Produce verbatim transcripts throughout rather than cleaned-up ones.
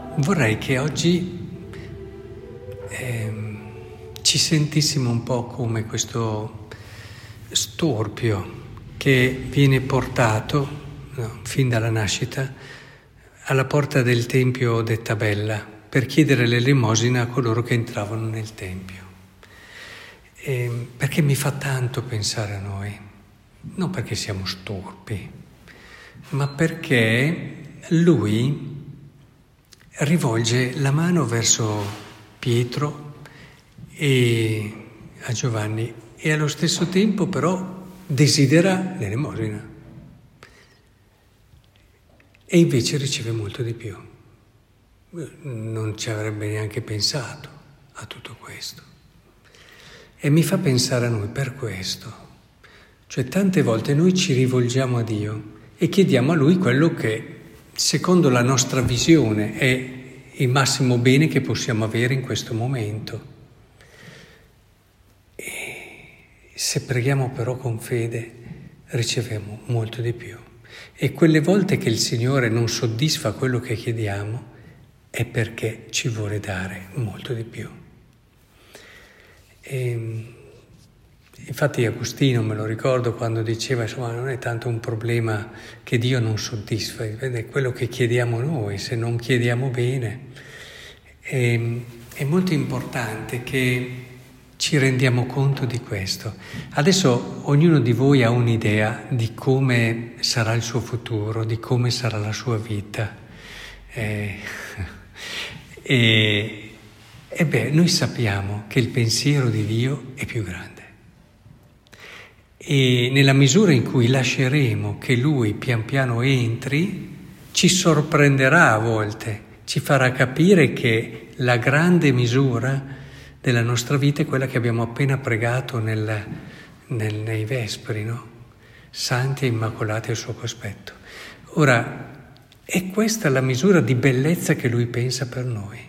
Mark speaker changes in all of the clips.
Speaker 1: vorrei che oggi ehm, ci sentissimo un po' come questo storpio che viene portato, no, fin dalla nascita alla porta del Tempio detta Bella per chiedere l'elemosina a coloro che entravano nel Tempio. E perché mi fa tanto pensare a noi, non perché siamo storpi, ma perché lui rivolge la mano verso Pietro e a Giovanni e allo stesso tempo però desidera l'elemosina e invece riceve molto di più. Non ci avrebbe neanche pensato a tutto questo. E mi fa pensare a noi per questo. Cioè tante volte noi ci rivolgiamo a Dio e chiediamo a Lui quello che, secondo la nostra visione, è il massimo bene che possiamo avere in questo momento. E se preghiamo però con fede, riceviamo molto di più. E quelle volte che il Signore non soddisfa quello che chiediamo, è perché ci vuole dare molto di più. E infatti Agostino, me lo ricordo, quando diceva, insomma, non è tanto un problema che Dio non soddisfa, è quello che chiediamo noi, se non chiediamo bene. E, è molto importante che ci rendiamo conto di questo. Adesso ognuno di voi ha un'idea di come sarà il suo futuro, di come sarà la sua vita. E, e E beh, noi sappiamo che il pensiero di Dio è più grande e nella misura in cui lasceremo che Lui pian piano entri, ci sorprenderà a volte, ci farà capire che la grande misura della nostra vita è quella che abbiamo appena pregato nel, nel, nei Vespri, no? Santi e immacolati al suo cospetto. Ora, è questa la misura di bellezza che Lui pensa per noi.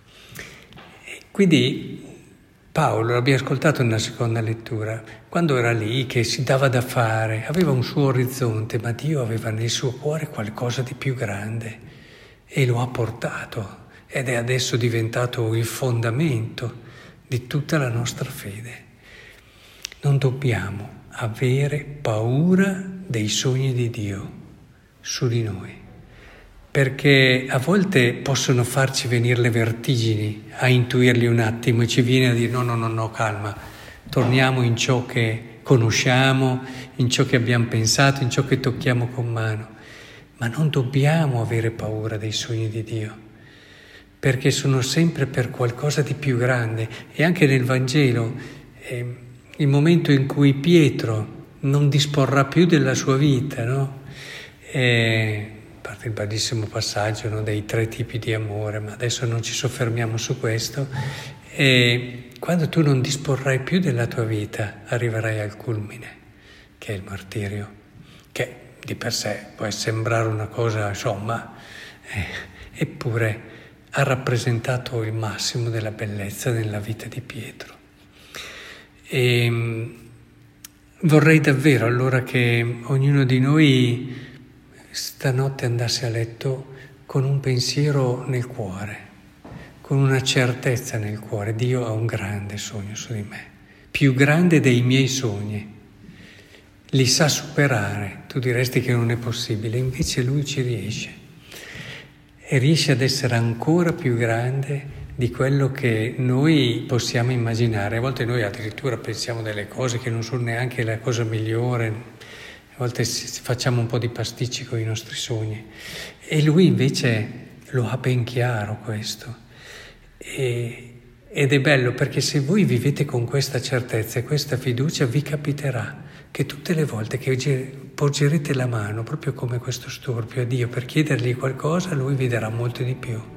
Speaker 1: Quindi Paolo, l'abbiamo ascoltato nella seconda lettura, quando era lì che si dava da fare, aveva un suo orizzonte, ma Dio aveva nel suo cuore qualcosa di più grande e lo ha portato ed è adesso diventato il fondamento di tutta la nostra fede. Non dobbiamo avere paura dei sogni di Dio su di noi, perché a volte possono farci venire le vertigini a intuirli un attimo e ci viene a dire no, no, no, no, calma, torniamo in ciò che conosciamo, in ciò che abbiamo pensato, in ciò che tocchiamo con mano. Ma non dobbiamo avere paura dei sogni di Dio, perché sono sempre per qualcosa di più grande. E anche nel Vangelo, eh, il momento in cui Pietro non disporrà più della sua vita, no? Eh, a parte il bellissimo passaggio, no, dei tre tipi di amore, ma adesso non ci soffermiamo su questo. E quando tu non disporrai più della tua vita, arriverai al culmine, che è il martirio, che di per sé può sembrare una cosa, insomma, eh, eppure ha rappresentato il massimo della bellezza nella vita di Pietro. E vorrei davvero allora che ognuno di noi stanotte andasse a letto con un pensiero nel cuore, con una certezza nel cuore. Dio ha un grande sogno su di me, più grande dei miei sogni. Li sa superare, tu diresti che non è possibile, invece Lui ci riesce. E riesce ad essere ancora più grande di quello che noi possiamo immaginare. A volte noi addirittura pensiamo delle cose che non sono neanche la cosa migliore. A volte facciamo un po' di pasticci con i nostri sogni e Lui invece lo ha ben chiaro questo. E, ed è bello perché se voi vivete con questa certezza e questa fiducia vi capiterà che tutte le volte che porgerete la mano, proprio come questo storpio, a Dio per chiedergli qualcosa, Lui vi darà molto di più.